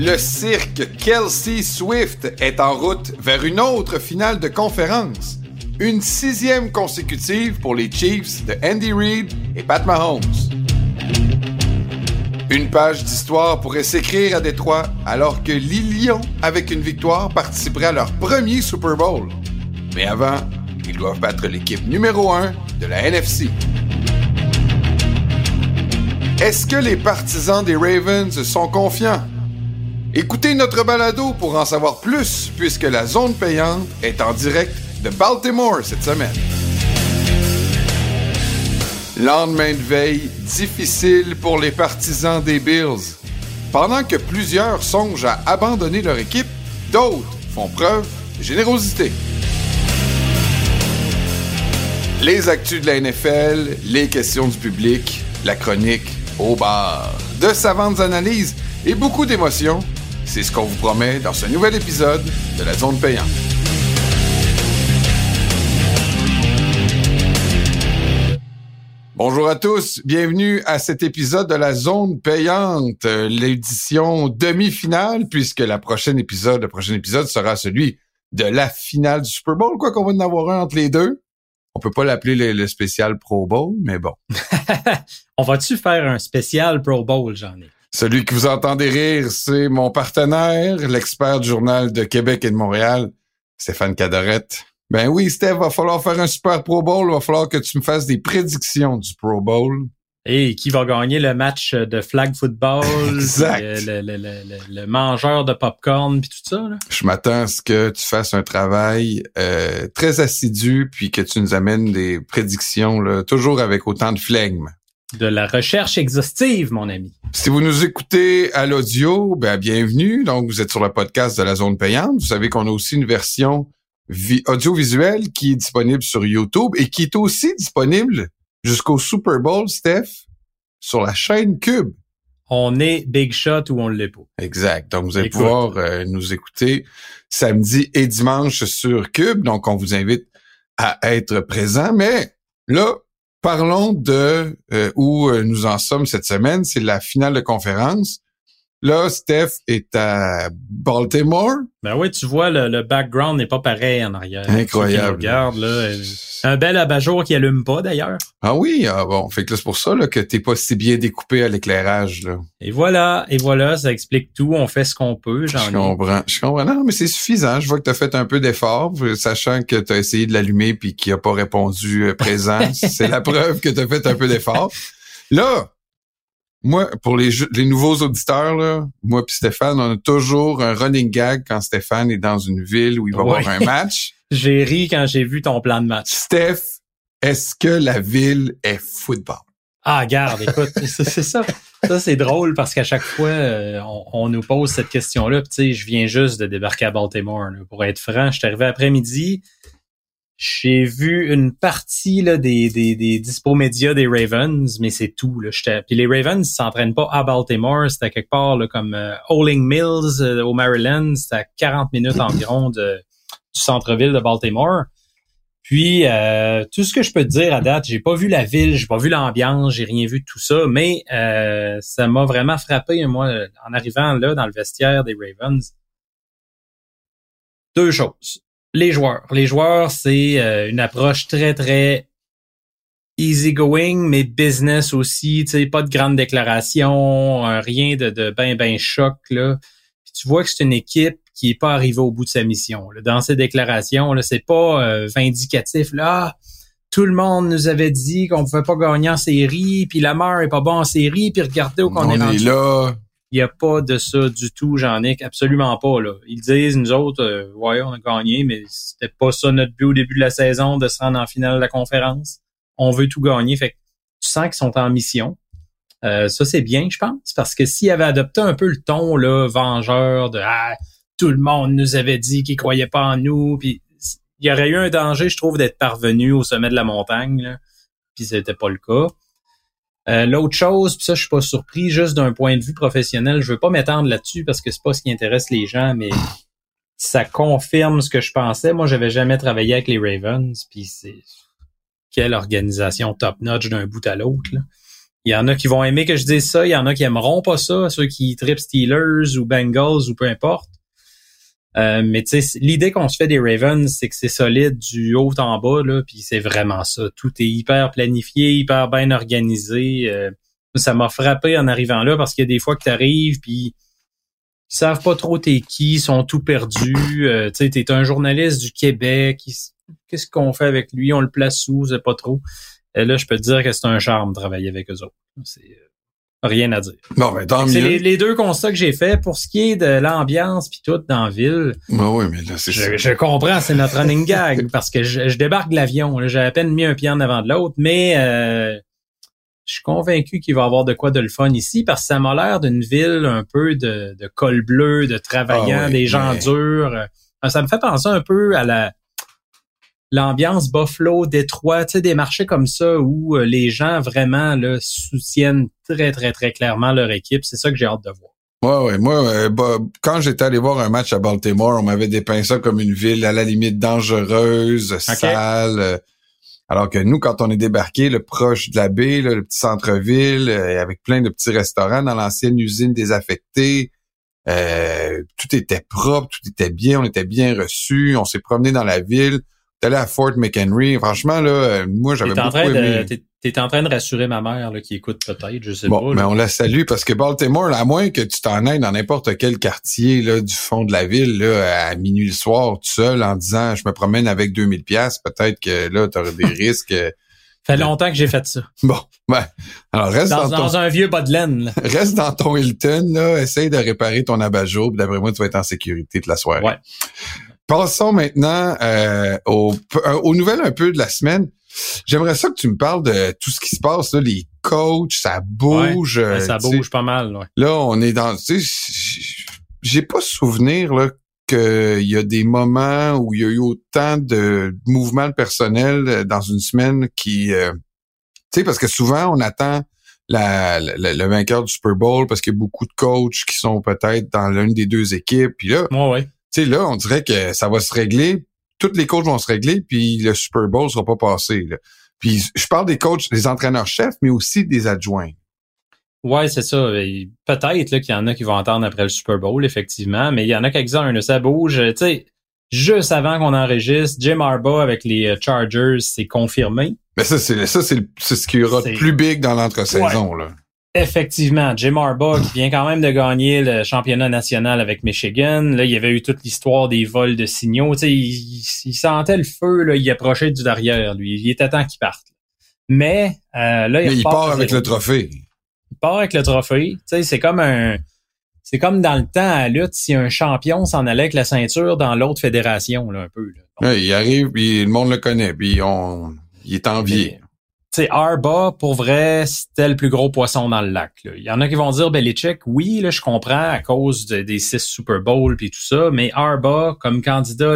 Le cirque Kelsey Swift est en route vers une autre finale de conférence. Une 6e consécutive pour les Chiefs de Andy Reid et Pat Mahomes. Une page d'histoire pourrait s'écrire à Détroit alors que les Lions, avec une victoire, participeraient à leur premier Super Bowl. Mais avant, ils doivent battre l'équipe numéro 1 de la NFC. Est-ce que les partisans des Ravens sont confiants? Écoutez notre balado pour en savoir plus, puisque la zone payante est en direct de Baltimore cette semaine. Lendemain de veille difficile pour les partisans des Bills. Pendant que plusieurs songent à abandonner leur équipe, d'autres font preuve de générosité. Les actus de la NFL, les questions du public, la chronique au bar, de savantes analyses et beaucoup d'émotions, c'est ce qu'on vous promet dans ce nouvel épisode de la Zone Payante. Bonjour à tous, bienvenue à cet épisode de la Zone Payante, l'édition demi-finale, puisque le prochain épisode sera celui de la finale du Super Bowl, quoi qu'on va en avoir un entre les deux. On peut pas l'appeler le spécial Pro Bowl, mais bon. On va-tu faire un spécial Pro Bowl, Jean-Nic? Celui que vous entendez rire, c'est mon partenaire, l'expert du Journal de Québec et de Montréal, Stéphane Cadorette. Ben oui, Steph, va falloir faire un super Pro Bowl. Va falloir que tu me fasses des prédictions du Pro Bowl. Et qui va gagner le match de flag football? Exact. Le mangeur de popcorn puis tout ça, là. Je m'attends à ce que tu fasses un travail très assidu puis que tu nous amènes des prédictions là, toujours avec autant de flegme. De la recherche exhaustive, mon ami. Si vous nous écoutez à l'audio, ben bienvenue. Donc, vous êtes sur le podcast de la Zone Payante. Vous savez qu'on a aussi une version audiovisuelle qui est disponible sur YouTube et qui est aussi disponible jusqu'au Super Bowl, Steph, sur la chaîne Cube. On est Big Shot ou on l'est pas. Exact. Donc, vous allez pouvoir nous écouter samedi et dimanche sur Cube. Donc, on vous invite à être présent. Mais là, parlons de où nous en sommes cette semaine. C'est la finale de conférence. Là, Steph est à Baltimore. Ben oui, tu vois, le background n'est pas pareil en arrière. Incroyable. Regarde, là, un bel abat-jour qui allume pas, d'ailleurs. Ah oui? Ah bon. Fait que là, c'est pour ça là, que t'es pas si bien découpé à l'éclairage, là. Et voilà, ça explique tout. On fait ce qu'on peut, Je comprends. Non, mais c'est suffisant. Je vois que t'as fait un peu d'effort, sachant que t'as essayé de l'allumer puis qu'il a pas répondu présent. C'est la preuve que t'as fait un peu d'effort. Là, moi, pour les nouveaux auditeurs, là, moi puis Stéphane, on a toujours un running gag quand Stéphane est dans une ville où il va avoir un match. J'ai ri quand j'ai vu ton plan de match. Steph, est-ce que la ville est football? Ah, regarde, écoute, c'est ça. Ça, c'est drôle parce qu'à chaque fois, on nous pose cette question-là. Tu sais, je viens juste de débarquer à Baltimore. Là. Pour être franc, je suis arrivé après-midi. J'ai vu une partie là des dispos médias des Ravens, mais c'est tout. Là. Puis les Ravens s'entraînent pas à Baltimore, c'était quelque part là, comme Howling Mills au Maryland, c'était à 40 minutes environ du centre-ville de Baltimore. Puis tout ce que je peux te dire à date, j'ai pas vu la ville, j'ai pas vu l'ambiance, j'ai rien vu de tout ça, mais ça m'a vraiment frappé, moi, en arrivant là dans le vestiaire des Ravens. Deux choses. Les joueurs, c'est une approche très, très easygoing, mais business aussi, tu sais, pas de grandes déclarations, rien de ben choc, là. Puis tu vois que c'est une équipe qui est pas arrivée au bout de sa mission, là. Dans ses déclarations, là, c'est pas vindicatif, là. Tout le monde nous avait dit qu'on pouvait pas gagner en série, puis Lamar est pas bon en série, puis regardez où qu'on est rendu. Là. Il n'y a pas de ça du tout, Jean-Nic, absolument pas. Là. Ils disent, nous autres, ouais, on a gagné, mais c'était pas ça notre but au début de la saison, de se rendre en finale de la conférence. On veut tout gagner. Fait que tu sens qu'ils sont en mission. Ça, c'est bien, je pense, parce que s'ils avaient adopté un peu le ton là, vengeur de tout le monde nous avait dit qu'ils croyaient pas en nous, puis il y aurait eu un danger, je trouve, d'être parvenu au sommet de la montagne, là, puis c'était pas le cas. L'autre chose, puis ça, je suis pas surpris, juste d'un point de vue professionnel, je veux pas m'étendre là-dessus parce que c'est pas ce qui intéresse les gens, mais ça confirme ce que je pensais. Moi, j'avais jamais travaillé avec les Ravens, puis c'est quelle organisation top-notch d'un bout à l'autre, là. Il y en a qui vont aimer que je dise ça, il y en a qui aimeront pas ça, ceux qui trippent Steelers ou Bengals ou peu importe. Mais tu sais, l'idée qu'on se fait des Ravens, c'est que c'est solide du haut en bas, là, puis c'est vraiment ça. Tout est hyper planifié, hyper bien organisé. Ça m'a frappé en arrivant là parce qu'il y a des fois que t'arrives, puis ils savent pas trop t'es qui, ils sont tout perdus. Tu sais, t'es un journaliste du Québec, qu'est-ce qu'on fait avec lui? On le place où? C'est pas trop. Et là, je peux te dire que c'est un charme de travailler avec eux autres. C'est rien à dire. Bon, ben, tant mieux. C'est les deux constats que j'ai faits. Pour ce qui est de l'ambiance puis tout dans la ville. Oui, mais là, c'est ça. Je comprends, c'est notre running gag parce que je débarque de l'avion. Là, j'ai à peine mis un pied en avant de l'autre, mais je suis convaincu qu'il va y avoir de quoi de le fun ici parce que ça m'a l'air d'une ville un peu de col bleu, de travaillants, des gens durs. Ça me fait penser un peu à l'ambiance Buffalo, Détroit, tu sais, des marchés comme ça où les gens vraiment là soutiennent très, très, très clairement leur équipe. C'est ça que j'ai hâte de voir. Ouais. Moi, quand j'étais allé voir un match à Baltimore, on m'avait dépeint ça comme une ville à la limite dangereuse, sale. Alors que nous, quand on est débarqué, proche de la baie, le petit centre-ville, avec plein de petits restaurants dans l'ancienne usine désaffectée, tout était propre, tout était bien, on était bien reçus, on s'est promené dans la ville. T'es allé à Fort McHenry. Franchement, là, moi, j'avais beaucoup aimé. T'es en train de rassurer ma mère, là, qui écoute peut-être, je sais pas. Bon, mais on la salue parce que Baltimore, à moins que tu t'en ailles dans n'importe quel quartier, là, du fond de la ville, là, à minuit le soir, tout seul, en disant, je me promène avec 2000 pièces, peut-être que là, t'aurais des risques. Fait longtemps que j'ai fait ça. Bon, ben, alors reste dans un vieux bas de laine, là. Reste dans ton Hilton, là, essaye de réparer ton abat-jour, puis d'après moi, tu vas être en sécurité toute la soirée. Ouais. Passons maintenant aux nouvelles un peu de la semaine. J'aimerais ça que tu me parles de tout ce qui se passe, là, les coachs, ça bouge. Ouais, ça bouge pas mal, ouais. Là, on est dans... Tu sais, j'ai pas souvenir là qu'il y a des moments où il y a eu autant de mouvements personnels dans une semaine qui... tu sais, parce que souvent, on attend le vainqueur du Super Bowl parce qu'il y a beaucoup de coachs qui sont peut-être dans l'une des deux équipes. Puis là... Ouais. Tu sais, là, on dirait que ça va se régler. Tous les coachs vont se régler, puis le Super Bowl sera pas passé, là. Puis je parle des coachs, des entraîneurs-chefs, mais aussi des adjoints. Ouais, c'est ça. Peut-être là qu'il y en a qui vont entendre après le Super Bowl, effectivement, mais il y en a quelques-uns, là, ça bouge. Tu sais, juste avant qu'on enregistre, Jim Harbaugh avec les Chargers, c'est confirmé. Mais ça, c'est ce qu'il y aura de plus big dans l'entre-saison, là. Effectivement, Jim Harbaugh qui vient quand même de gagner le championnat national avec Michigan. Là, il y avait eu toute l'histoire des vols de signaux. Tu sais, il sentait le feu, là, il approchait du derrière, lui. Il était temps qu'il parte. Mais là, il part avec le trophée. Il part avec le trophée. Tu sais, c'est comme dans le temps à la lutte, si un champion s'en allait avec la ceinture dans l'autre fédération, là, un peu. Là. Donc, ouais, il arrive, puis le monde le connaît, puis il est envié. Tu sais, Harbaugh, pour vrai, c'était le plus gros poisson dans le lac. Là. Il y en a qui vont dire Belichick, oui, là, je comprends à cause des 6 Super Bowls puis tout ça, mais Harbaugh, comme candidat,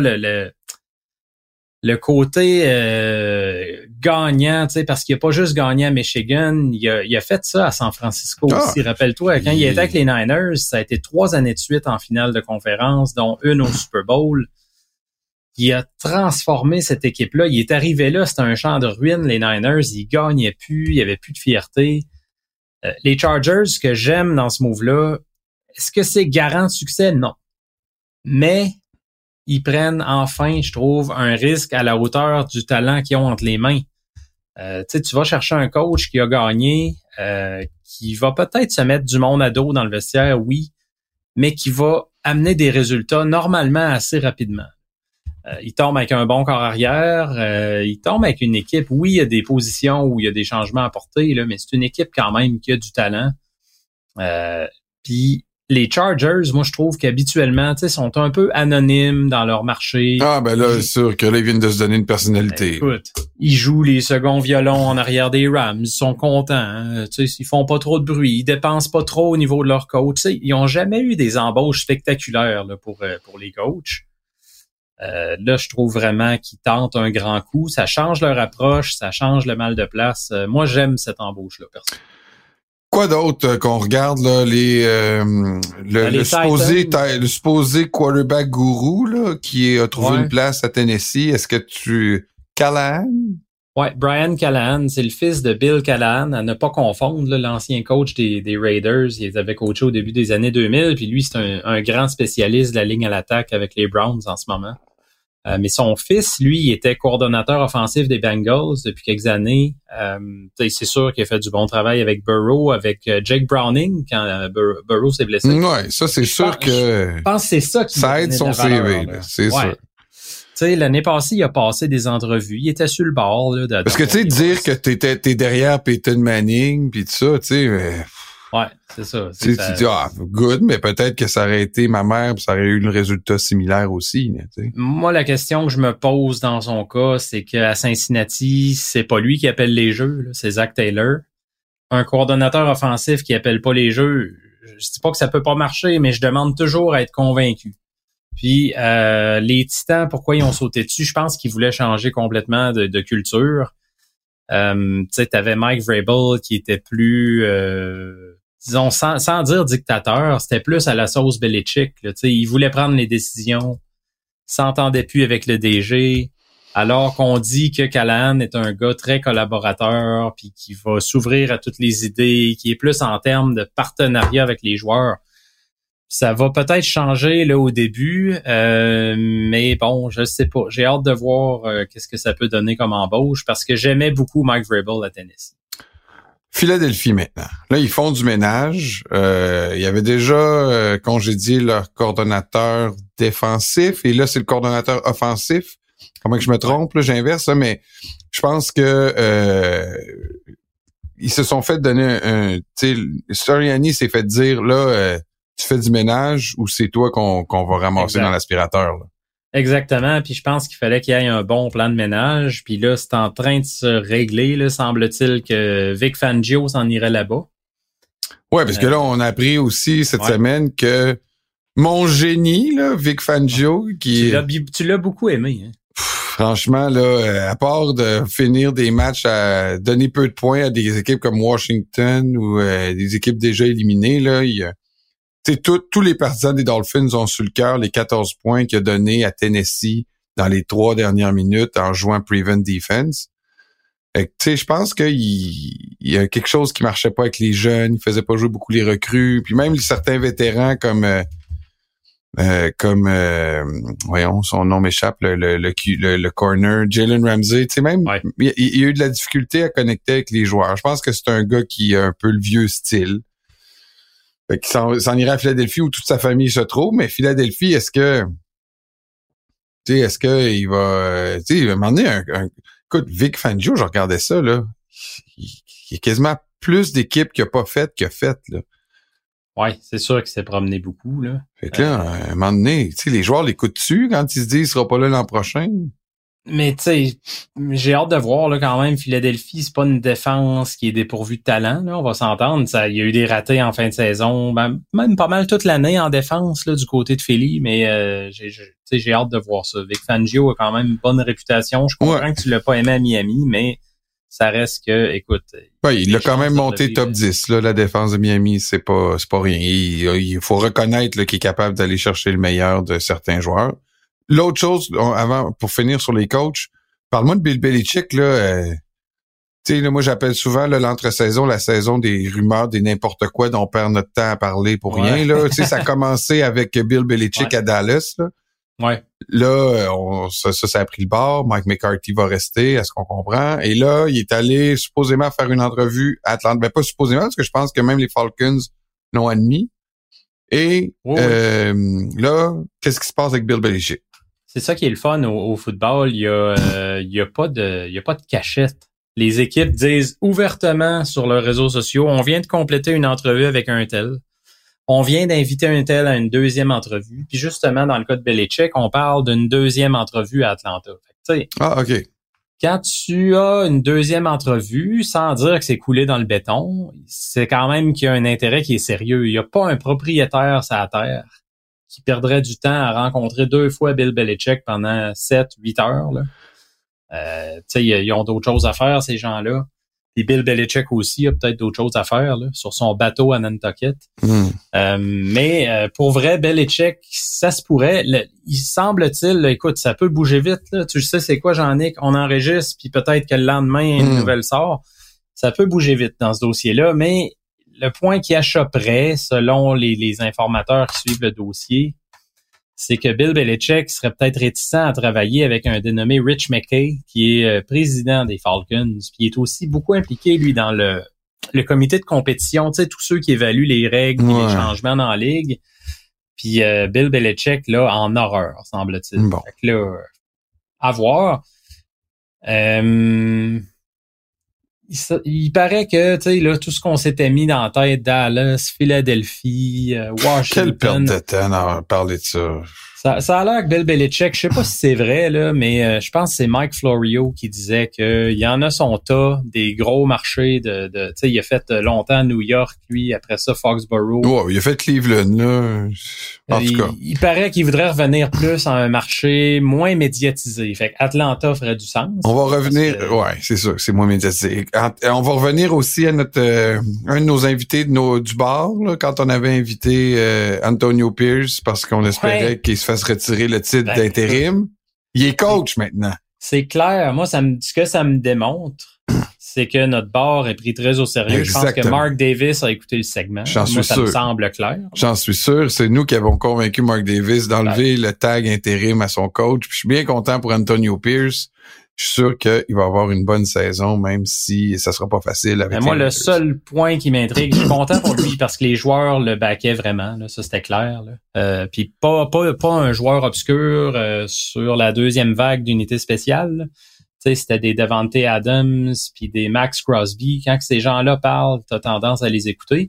le côté gagnant, tu sais, parce qu'il a pas juste gagné à Michigan, il a fait ça à San Francisco aussi. Rappelle-toi, quand il était avec les Niners, ça a été 3 années de suite en finale de conférence, dont une au Super Bowl. Il a transformé cette équipe-là. Il est arrivé là, c'était un champ de ruines, les Niners. Ils gagnaient plus, il y avait plus de fierté. Les Chargers, ce que j'aime dans ce move-là, est-ce que c'est garant de succès? Non. Mais ils prennent enfin, je trouve, un risque à la hauteur du talent qu'ils ont entre les mains. Tu vas chercher un coach qui a gagné, qui va peut-être se mettre du monde à dos dans le vestiaire, oui, mais qui va amener des résultats normalement assez rapidement. Il tombe avec un bon corps arrière, il tombe avec une équipe, oui, il y a des positions où il y a des changements à apporter, là, mais c'est une équipe quand même qui a du talent. Puis les Chargers, moi je trouve qu'habituellement, tu sais, sont un peu anonymes dans leur marché. Ah ben là, c'est sûr que là, ils viennent de se donner une personnalité. Écoute, ils jouent les seconds violons en arrière des Rams, ils sont contents, hein, tu sais, ils font pas trop de bruit, ils dépensent pas trop au niveau de leur coach. Tu sais, ils ont jamais eu des embauches spectaculaires là, pour les coachs. Là, je trouve vraiment qu'ils tentent un grand coup. Ça change leur approche, ça change le mal de place. Moi, j'aime cette embauche-là, personnellement. Quoi d'autre qu'on regarde, là, le supposé quarterback gourou, là, qui a trouvé une place à Tennessee. Est-ce que Callahan? Ouais, Brian Callahan, c'est le fils de Bill Callahan, à ne pas confondre, là, l'ancien coach des Raiders. Il les avait coachés au début des années 2000, puis lui, c'est un grand spécialiste de la ligne à l'attaque avec les Browns en ce moment. Mais son fils, lui, il était coordonnateur offensif des Bengals depuis quelques années. C'est sûr qu'il a fait du bon travail avec Burrow, avec Jake Browning quand Burrow s'est blessé. Ouais, ça, c'est sûr que... Je pense que c'est ça qui ça aide son CV, là, c'est sûr. Tu sais, l'année passée, il a passé des entrevues. Il était sur le bord. Là, parce que, tu sais, dire que t'es derrière Peyton Manning, puis tout ça, tu sais... Ouais, c'est ça. Tu dis, good, mais peut-être que ça aurait été ma mère, puis ça aurait eu le résultat similaire aussi. T'sais. Moi, la question que je me pose dans son cas, c'est qu'à Cincinnati, c'est pas lui qui appelle les jeux, là, c'est Zach Taylor. Un coordonnateur offensif qui appelle pas les jeux, je dis pas que ça peut pas marcher, mais je demande toujours à être convaincu. Puis les Titans, pourquoi ils ont sauté dessus? Je pense qu'ils voulaient changer complètement de culture. Tu sais, t'avais Mike Vrabel qui était plus... disons, sans dire dictateur, c'était plus à la sauce Belichick. Là, il voulait prendre les décisions, s'entendait plus avec le DG, alors qu'on dit que Callahan est un gars très collaborateur, puis qui va s'ouvrir à toutes les idées, qui est plus en termes de partenariat avec les joueurs. Ça va peut-être changer là au début, mais bon, je sais pas. J'ai hâte de voir qu'est-ce que ça peut donner comme embauche, parce que j'aimais beaucoup Mike Vrabel à Tennessee. Philadelphie maintenant. Là, ils font du ménage. Il y avait déjà congédié leur coordonnateur défensif et là, c'est le coordonnateur offensif. Comment que je me trompe? Là, j'inverse, là, mais je pense que ils se sont fait donner tu sais, Sirianni s'est fait dire, là, tu fais du ménage ou c'est toi qu'on va ramasser dans l'aspirateur, là. Exactement, puis je pense qu'il fallait qu'il y ait un bon plan de ménage, puis là, c'est en train de se régler, là, semble-t-il que Vic Fangio s'en irait là-bas. Ouais, parce que là, on a appris aussi cette semaine que mon génie, là, Vic Fangio, qui... Tu l'as beaucoup aimé, hein? Franchement, là, à part de finir des matchs à donner peu de points à des équipes comme Washington ou des équipes déjà éliminées, là, tous les partisans des Dolphins ont sur le cœur les 14 points qu'il a donnés à Tennessee dans les 3 dernières minutes en jouant Prevent Defense. Tu sais, je pense qu'il y a quelque chose qui marchait pas avec les jeunes, il faisait pas jouer beaucoup les recrues, puis même certains vétérans comme voyons, son nom m'échappe, le corner, Jalen Ramsey, tu sais, même il y a eu de la difficulté à connecter avec les joueurs. Je pense que c'est un gars qui a un peu le vieux style. Fait qu'il s'en irait à Philadelphie où toute sa famille se trouve, mais Philadelphie, est-ce que il va, tu sais, à un moment donné, écoute, Vic Fangio, je regardais ça, là, il y a quasiment plus d'équipes qu'il a pas faites qu'il a faites, là. Ouais, c'est sûr qu'il s'est promené beaucoup, là. Fait que là, à un moment donné, tu sais, les joueurs l'écoutent-tu quand ils se disent qu'il sera pas là l'an prochain? Mais tu sais, j'ai hâte de voir là quand même. Philadelphie, c'est pas une défense qui est dépourvue de talent. Là, on va s'entendre. Il y a eu des ratés en fin de saison, même pas mal toute l'année en défense là du côté de Philly. Mais j'ai hâte de voir ça. Vic Fangio a quand même une bonne réputation. Je comprends que tu l'as pas aimé à Miami, mais ça reste que, écoute. Ouais, il a quand même monté top 10 là. La défense de Miami, c'est pas rien. Il faut reconnaître là, qu'il est capable d'aller chercher le meilleur de certains joueurs. L'autre chose, avant, pour finir sur les coachs, parle-moi de Bill Belichick, là. Tu sais, moi, j'appelle souvent là, l'entre-saison, la saison des rumeurs, des n'importe quoi dont on perd notre temps à parler pour rien, là. Tu sais, ça a commencé avec Bill Belichick à Dallas, là. Ouais. Là, ça a pris le bord. Mike McCarthy va rester, est-ce qu'on comprend? Et là, il est allé supposément faire une entrevue à Atlanta. Ben, pas supposément, parce que je pense que même les Falcons l'ont admis. Et là, qu'est-ce qui se passe avec Bill Belichick? C'est ça qui est le fun au football. Il y a pas de cachette. Les équipes disent ouvertement sur leurs réseaux sociaux, on vient de compléter une entrevue avec un tel. On vient d'inviter un tel à une deuxième entrevue. Puis justement, dans le cas de Belichick, on parle d'une deuxième entrevue à Atlanta. Fait que, OK. Quand tu as une deuxième entrevue, sans dire que c'est coulé dans le béton, c'est quand même qu'il y a un intérêt qui est sérieux. Il n'y a pas un propriétaire sur la terre qui perdrait du temps à rencontrer 2 fois Bill Belichick pendant 7-8 heures. Là. Ils ont d'autres choses à faire, ces gens-là. Puis Bill Belichick aussi a peut-être d'autres choses à faire là, sur son bateau à Nantucket. Mais pour vrai, Belichick, ça se pourrait. Il semble-t-il, là, écoute, ça peut bouger vite. Là. Tu sais c'est quoi, Jean-Nic? On enregistre, puis peut-être que le lendemain, une nouvelle sort. Ça peut bouger vite dans ce dossier-là, mais le point qui achopperait, selon les informateurs qui suivent le dossier, c'est que Bill Belichick serait peut-être réticent à travailler avec un dénommé Rich McKay, qui est président des Falcons, puis il est aussi beaucoup impliqué, lui, dans le comité de compétition, tu sais, tous ceux qui évaluent les règles et les changements dans la ligue. Puis Bill Belichick, là, en horreur, semble-t-il. Bon. Fait que là, à voir. Il paraît que, tu sais, là, tout ce qu'on s'était mis dans la tête, Dallas, Philadelphie, Washington. Quelle perte de temps à parler de ça. Ça a l'air que Bill Belichick, je sais pas si c'est vrai, là, mais je pense que c'est Mike Florio qui disait qu'il y en a son tas des gros marchés tu sais, il a fait longtemps New York, lui, après ça, Foxborough. Ouais, il a fait Cleveland, là. En tout cas. Il paraît qu'il voudrait revenir plus à un marché moins médiatisé. Fait qu'Atlanta ferait du sens. On va revenir, ouais, c'est sûr, c'est moins médiatisé. On va revenir aussi à notre, un de nos invités du bar, là, quand on avait invité Antonio Pierce, parce qu'on espérait qu'il se fasse retirer le titre d'intérim. Il est coach maintenant. C'est clair. Moi, ce que ça me démontre, c'est que notre bar est pris très au sérieux. Exactement. Je pense que Mark Davis a écouté le segment. Ça me semble clair. J'en suis sûr. C'est nous qui avons convaincu Mark Davis d'enlever le tag intérim à son coach. Puis je suis bien content pour Antonio Pierce. Je suis sûr qu'il va avoir une bonne saison, même si ça sera pas facile avec. Mais moi, le seul point qui m'intrigue, je suis content pour lui parce que les joueurs le backaient vraiment. Là, ça, c'était clair. Puis pas un joueur obscur sur la deuxième vague d'unité spéciale. Tu sais, c'était des Davante Adams puis des Max Crosby. Quand ces gens-là parlent, t'as tendance à les écouter.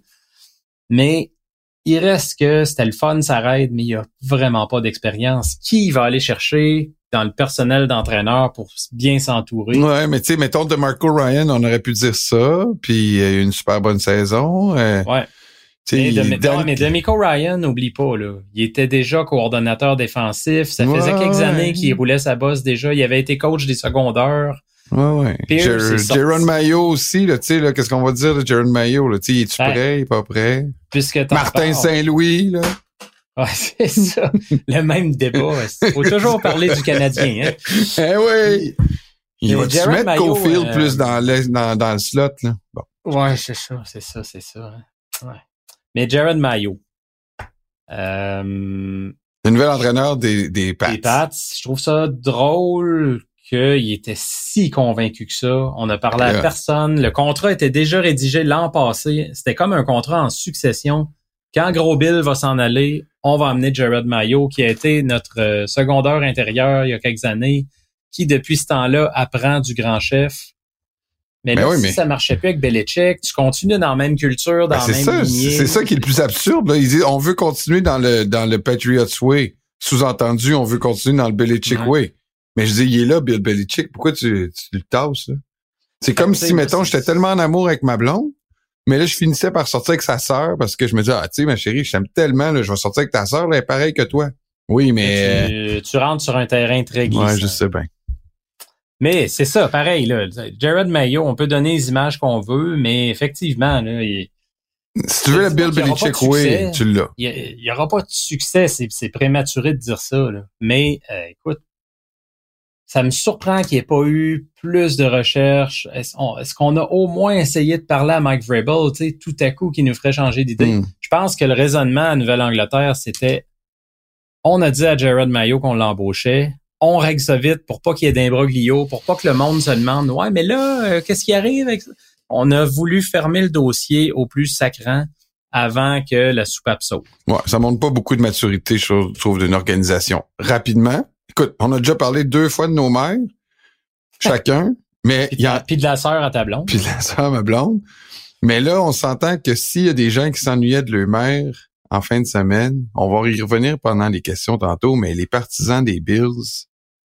Mais il reste que c'était le fun, ça raide, mais il y a vraiment pas d'expérience. Qui va aller chercher dans le personnel d'entraîneur pour bien s'entourer? Ouais, mais tu sais, mettons DeMarco Ryan, on aurait pu dire ça, puis il a eu une super bonne saison. Ouais. Mais DeMeco Ryan, n'oublie pas, là. Il était déjà coordonnateur défensif. Ça faisait quelques années qu'il roulait sa bosse déjà. Il avait été coach des secondaires. Ouais. Jaron Mayo aussi, là, tu sais, là, qu'est-ce qu'on va dire de Jaron Mayo, là? Tu sais, es-tu prêt? Il est pas prêt? Martin Saint-Louis, là. Ouais, c'est ça. Le même débat. Il faut toujours parler du Canadien, hein. Eh oui! Il va se mettre Caulfield plus dans le slot, là. Bon. Ouais, c'est ça. Hein. Ouais. Mais Jared Mayo. Le nouvel entraîneur des Pats. Des Pats. Je trouve ça drôle qu'il était si convaincu que ça. On a parlé à personne. Le contrat était déjà rédigé l'an passé. C'était comme un contrat en succession. Quand Gros Bill va s'en aller, on va amener Jared Mayo, qui a été notre secondaire intérieur il y a quelques années, qui depuis ce temps-là apprend du grand chef. Mais là, si ça marchait plus avec Belichick, tu continues dans la même culture, dans la même lignée. C'est ça qui est le plus absurde. Là. Ils disent, on veut continuer dans le Patriots Way. Sous-entendu, on veut continuer dans le Belichick Way. Mais je dis, il est là, Bill Belichick. Pourquoi tu le tasses, là? C'est comme si, mettons, j'étais tellement en amour avec ma blonde, mais là, je finissais par sortir avec sa sœur parce que je me disais, tu sais, ma chérie, je t'aime tellement, là, je vais sortir avec ta sœur, là, elle est pareille que toi. Oui, mais... Tu rentres sur un terrain très glissant. Ouais, je sais bien. Mais c'est ça, pareil, là. Jared Mayo, on peut donner les images qu'on veut, mais effectivement, là, si tu veux le Bill Belichick, oui, tu l'as. Il y aura pas de succès, c'est prématuré de dire ça, là. Mais, écoute, ça me surprend qu'il n'y ait pas eu plus de recherches. Est-ce qu'on a au moins essayé de parler à Mike Vrabel, tu sais, tout à coup, qui nous ferait changer d'idée? Je pense que le raisonnement à Nouvelle-Angleterre, c'était, on a dit à Jared Mayo qu'on l'embauchait, on règle ça vite pour pas qu'il y ait d'imbroglio, pour pas que le monde se demande, ouais, mais là, qu'est-ce qui arrive avec ça? On a voulu fermer le dossier au plus sacrant avant que la soupape saute. Ouais, ça montre pas beaucoup de maturité, je trouve, d'une organisation. Rapidement, écoute, on a déjà parlé 2 fois de nos mères, chacun, mais puis de la sœur à ta blonde. Puis de la sœur à ma blonde. Mais là, on s'entend que s'il y a des gens qui s'ennuyaient de leur mère en fin de semaine, on va y revenir pendant les questions tantôt, mais les partisans des Bills,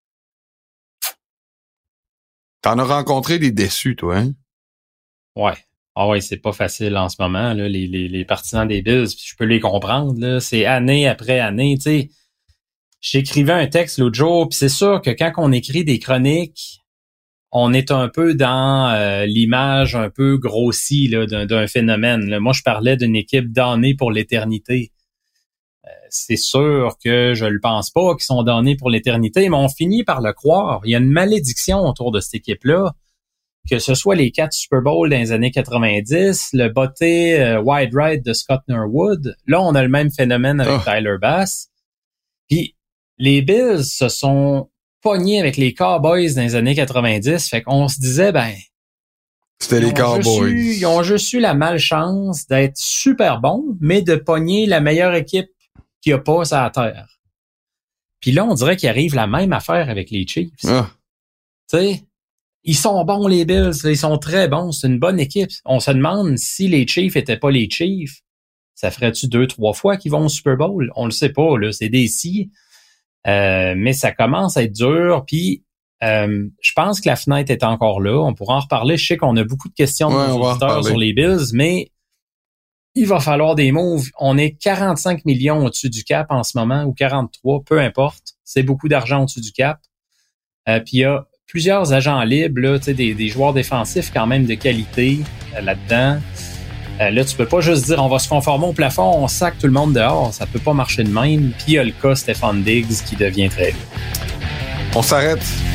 t'en as rencontré des déçus, toi, hein? Ouais. Ah ouais, c'est pas facile en ce moment, là, les partisans des Bills, puis je peux les comprendre, là. C'est année après année, tu sais. J'écrivais un texte l'autre jour, puis c'est sûr que quand on écrit des chroniques, on est un peu dans l'image un peu grossie là, d'un phénomène. Là. Moi, je parlais d'une équipe damnée pour l'éternité. C'est sûr que je le pense pas qu'ils sont damnés pour l'éternité, mais on finit par le croire. Il y a une malédiction autour de cette équipe-là, que ce soit les 4 Super Bowls dans les années 90, le botté wide right de Scott Norwood. Là, on a le même phénomène avec Tyler Bass. Puis les Bills se sont pognés avec les Cowboys dans les années 90. Fait qu'on se disait, c'était les Cowboys. Ils ont juste eu la malchance d'être super bons, mais de pogner la meilleure équipe qui a pas à terre. Puis là, on dirait qu'il arrive la même affaire avec les Chiefs. Tu sais, ils sont bons, les Bills. Ils sont très bons. C'est une bonne équipe. On se demande si les Chiefs étaient pas les Chiefs, ça ferait-tu 2-3 fois qu'ils vont au Super Bowl? On le sait pas, là. C'est des si. Mais ça commence à être dur. Puis, je pense que la fenêtre est encore là. On pourra en reparler. Je sais qu'on a beaucoup de questions de nos auditeurs sur les Bills, mais il va falloir des moves. On est 45 millions au-dessus du cap en ce moment, ou 43, peu importe. C'est beaucoup d'argent au-dessus du cap. Puis il y a plusieurs agents libres, là, des joueurs défensifs quand même de qualité là-dedans. Là, tu peux pas juste dire on va se conformer au plafond, on sac tout le monde dehors. Ça peut pas marcher de même. Puis il y a le cas Stefan Diggs qui devient très lourd. On s'arrête.